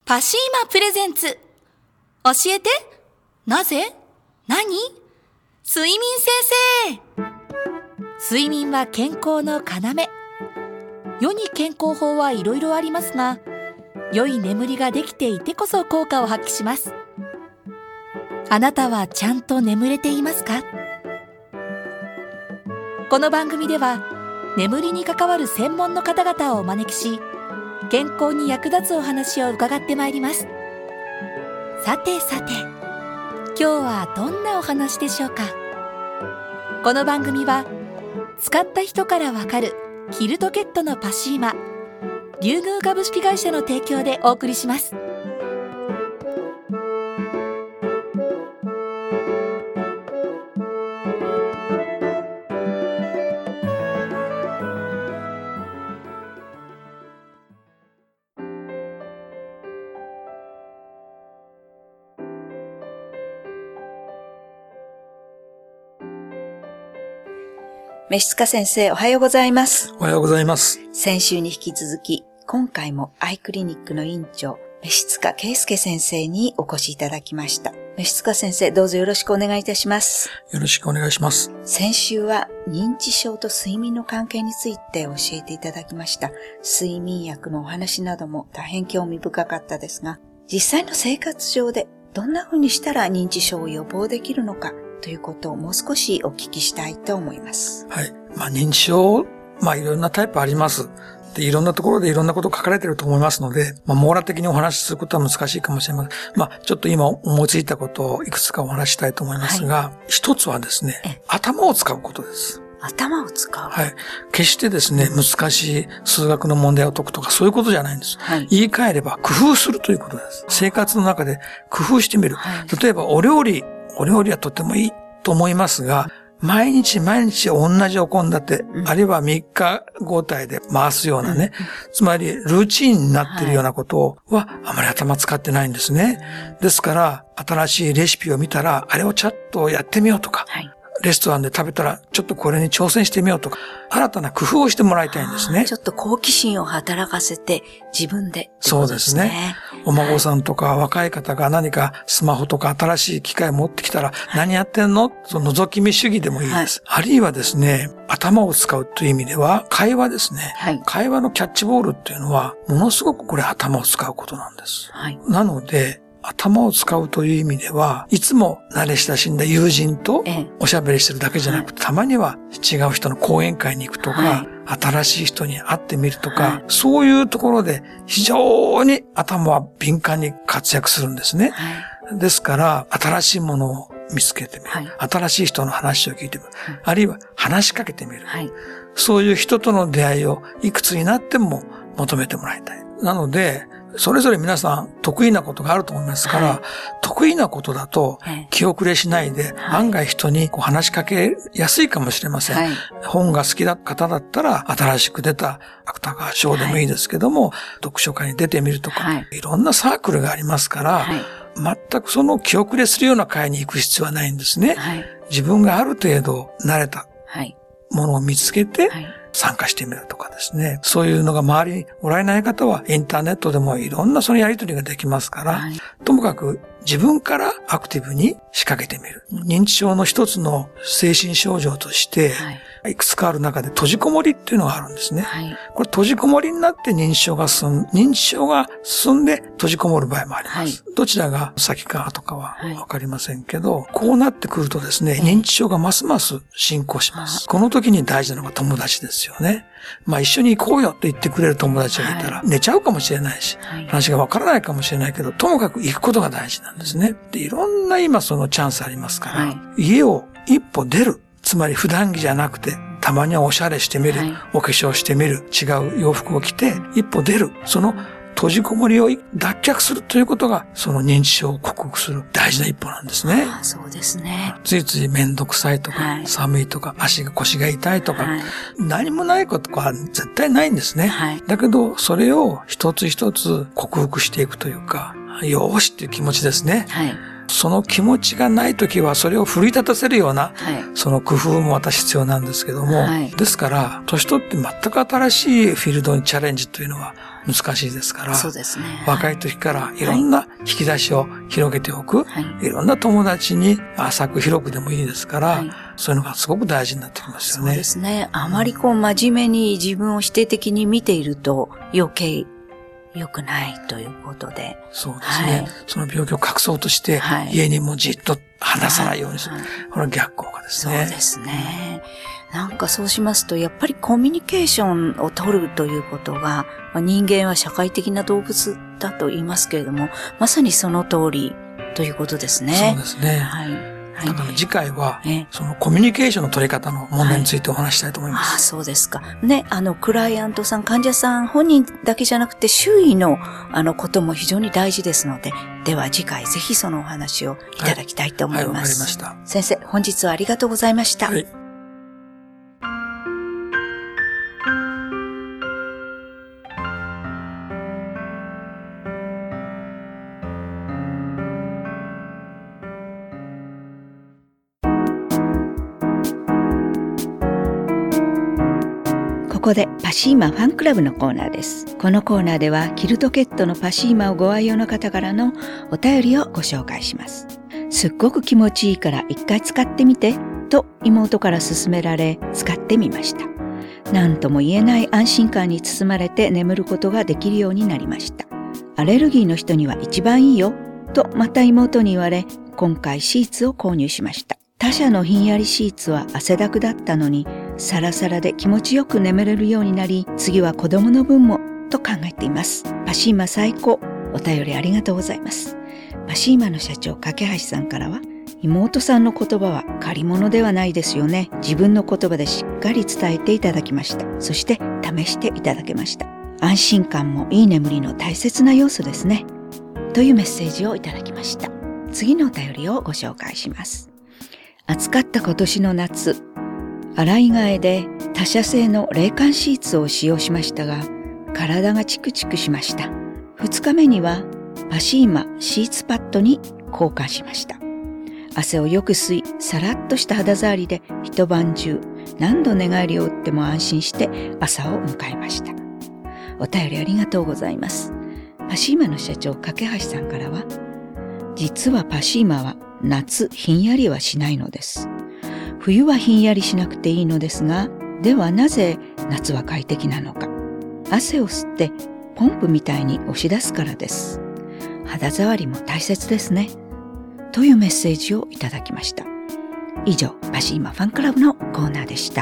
パシーマプレゼンツ。教えて、なぜ、何、睡眠先生。睡眠は健康の要。世に健康法はいろいろありますが、良い眠りができていてこそ効果を発揮します。あなたはちゃんと眠れていますか？この番組では眠りに関わる専門の方々をお招きし、健康に役立つお話を伺ってまいります。さてさて、今日はどんなお話でしょうか。この番組は使った人からわかるキルトケットのパシーマ、リュウグウ株式会社の提供でお送りします。 召塚先生、おはようございます。 おはようございます。 先週に引き続き、今回もアイクリニックの院長、召塚圭介先生にお越しいただきました。召塚先生、どうぞよろしくお願いいたします。 よろしくお願いします。 先週は認知症と睡眠の関係について教えていただきました。睡眠薬のお話なども大変興味深かったですが、実際の生活上でどんな風にしたら認知症を予防できるのか、ということをもう少しお聞きしたいと思います。 はい。認知症、いろんなタイプあります。で、いろんなところでいろんなこと書かれていると思いますので、網羅的にお話しすることは難しいかもしれません。ちょっと今思いついたことをいくつかお話ししたいと思いますが、一つはですね、頭を使うことです。 頭を使う。 はい。決してですね、難しい数学の問題を解くとかそういうことじゃないんです。はい、言い換えれば工夫するということです。生活の中で工夫してみる。はい、例えばお料理はとてもいいと思いますが、毎日同じお献立、あるいは3日交代で回すようなね、つまりルーチンになっているようなことはあまり頭使ってないんですね。ですから、新しいレシピを見たら、あれをちょっとやってみようとか、レストランで食べたらちょっとこれに挑戦してみようとか、新たな工夫をしてもらいたいんですね。 ちょっと好奇心を働かせて自分で、 そうですね。お孫さんとか若い方が何かスマホとか新しい機械を持ってきたら、何やってんの？その覗き見主義でもいいです。あるいはですね、頭を使うという意味では会話ですね。会話のキャッチボールっていうのはものすごくこれ頭を使うことなんです。なので、頭を使うという意味では、いつも慣れ親しんだ友人とおしゃべりしてるだけじゃなくて、たまには違う人の講演会に行くとか、新しい人に会ってみるとか、そういうところで非常に頭は敏感に活躍するんですね。ですから、新しいものを見つけてみる。新しい人の話を聞いてみる。あるいは話しかけてみる。そういう人との出会いをいくつになっても求めてもらいたい。なので、それぞれ皆さん得意なことがあると思いますから、得意なことだと気遅れしないで、案外人に話しかけやすいかもしれません。本が好きな方だったら、新しく出た芥川賞でもいいですけども、読書会に出てみるとか、いろんなサークルがありますから、全くその気遅れするような会に行く必要はないんですね。自分がある程度慣れたものを見つけて、参加してみるとかですね。そういうのが周りにおられない方はインターネットでもいろんなそのやり取りができますから、ともかく自分からアクティブに仕掛けてみる。認知症の一つの精神症状として、いくつかある中で閉じこもりっていうのがあるんですね。これ閉じこもりになって認知症が進んで閉じこもる場合もあります。どちらが先か後かはわかりませんけど、こうなってくるとですね、認知症がますます進行します。この時に大事なのが友達ですよね。一緒に行こうよって言ってくれる友達がいたら、寝ちゃうかもしれないし、話がわからないかもしれないけど、ともかく行くことが大事なんですね。で、いろんな今そのチャンスありますから、家を一歩出る。つまり普段着じゃなくて、たまにはおしゃれしてみる、お化粧してみる、違う洋服を着て、一歩出る。その閉じこもりを脱却するということが、その認知症を克服する大事な一歩なんですね。 そうですね。 ついついめんどくさいとか、寒いとか、腰が痛いとか、何もないことは絶対ないんですね。だけど、それを一つ一つ克服していくというか、よーしっていう気持ちですね。その気持ちがないときはそれを奮い立たせるような、その工夫もまた必要なんですけども、ですから、年取って全く新しいフィールドにチャレンジというのは難しいですから、 そうですね。 若い時からいろんな引き出しを広げておく、いろんな友達に浅く広くでもいいですから、そういうのがすごく大事になってきますよね。 そうですね。あまり真面目に自分を否定的に見ていると余計良くないということで。 そうですね。その病気を隠そうとして、家にもじっと話さないようにする。これは逆効果ですね。 そうですね。なんかそうしますと、やっぱりコミュニケーションを取るということが、人間は社会的な動物だと言いますけれども、まさにその通りということですね。 そうですね。だから次回は、そのコミュニケーションの取り方の問題についてお話したいと思います。 そうですか。ね、クライアントさん、患者さん本人だけじゃなくて、周囲の、ことも非常に大事ですので、では次回ぜひそのお話をいただきたいと思います。 わかりました。 先生、本日はありがとうございました。ここでパシーマファンクラブのコーナーです。このコーナーではキルトケットのパシーマをご愛用の方からのお便りをご紹介します。すっごく気持ちいいから一回使ってみてと妹から勧められ使ってみました。何とも言えない安心感に包まれて眠ることができるようになりました。アレルギーの人には一番いいよとまた妹に言われ、今回シーツを購入しました。他社のひんやりシーツは汗だくだったのにサラサラで気持ちよく眠れるようになり、次は子供の分もと考えています。パシーマ最高。お便りありがとうございます。パシーマの社長架橋さんからは、妹さんの言葉は借り物ではないですよね。自分の言葉でしっかり伝えていただきました。そして試していただけました。安心感もいい眠りの大切な要素ですね。というメッセージをいただきました。次のお便りをご紹介します。暑かった今年の夏、洗い替えで他社製の冷感シーツを使用しましたが、体がチクチクしました。2日目にはパシーマシーツパッドに交換しました。汗をよく吸い、さらっとした肌触りで一晩中何度寝返りを打っても安心して朝を迎えました。お便りありがとうございます。パシーマの社長架橋さんからは、実はパシーマは夏ひんやりはしないのです。冬はひんやりしなくていいのですが、ではなぜ夏は快適なのか。汗を吸ってポンプみたいに押し出すからです。肌触りも大切ですね。というメッセージをいただきました。以上、パシーマファンクラブのコーナーでした。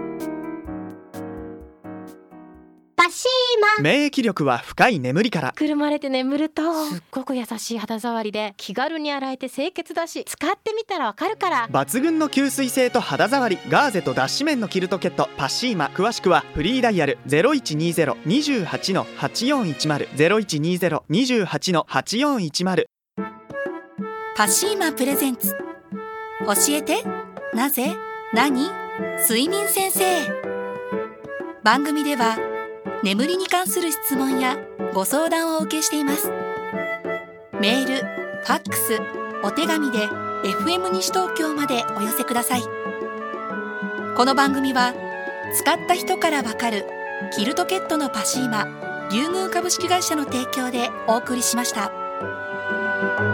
パシーマ。 免疫力は深い眠りから。 くるまれて眠るとすっごく優しい肌触りで気軽に洗えて清潔だし、使ってみたらわかるから。 抜群の吸水性と肌触り、ガーゼと脱脂綿のキルトケットパシーマ。詳しくはフリーダイヤル 0120-28-8410 0120-28-8410。 パシーマプレゼンツ、教えて、なぜ、何、睡眠先生。番組では眠りに関する質問やご相談をお受けしています。メール、ファックス、お手紙で FM 西東京までお寄せください。この番組は使った人からわかるキルトケットのパシーマ、リュウグウ株式会社の提供でお送りしました。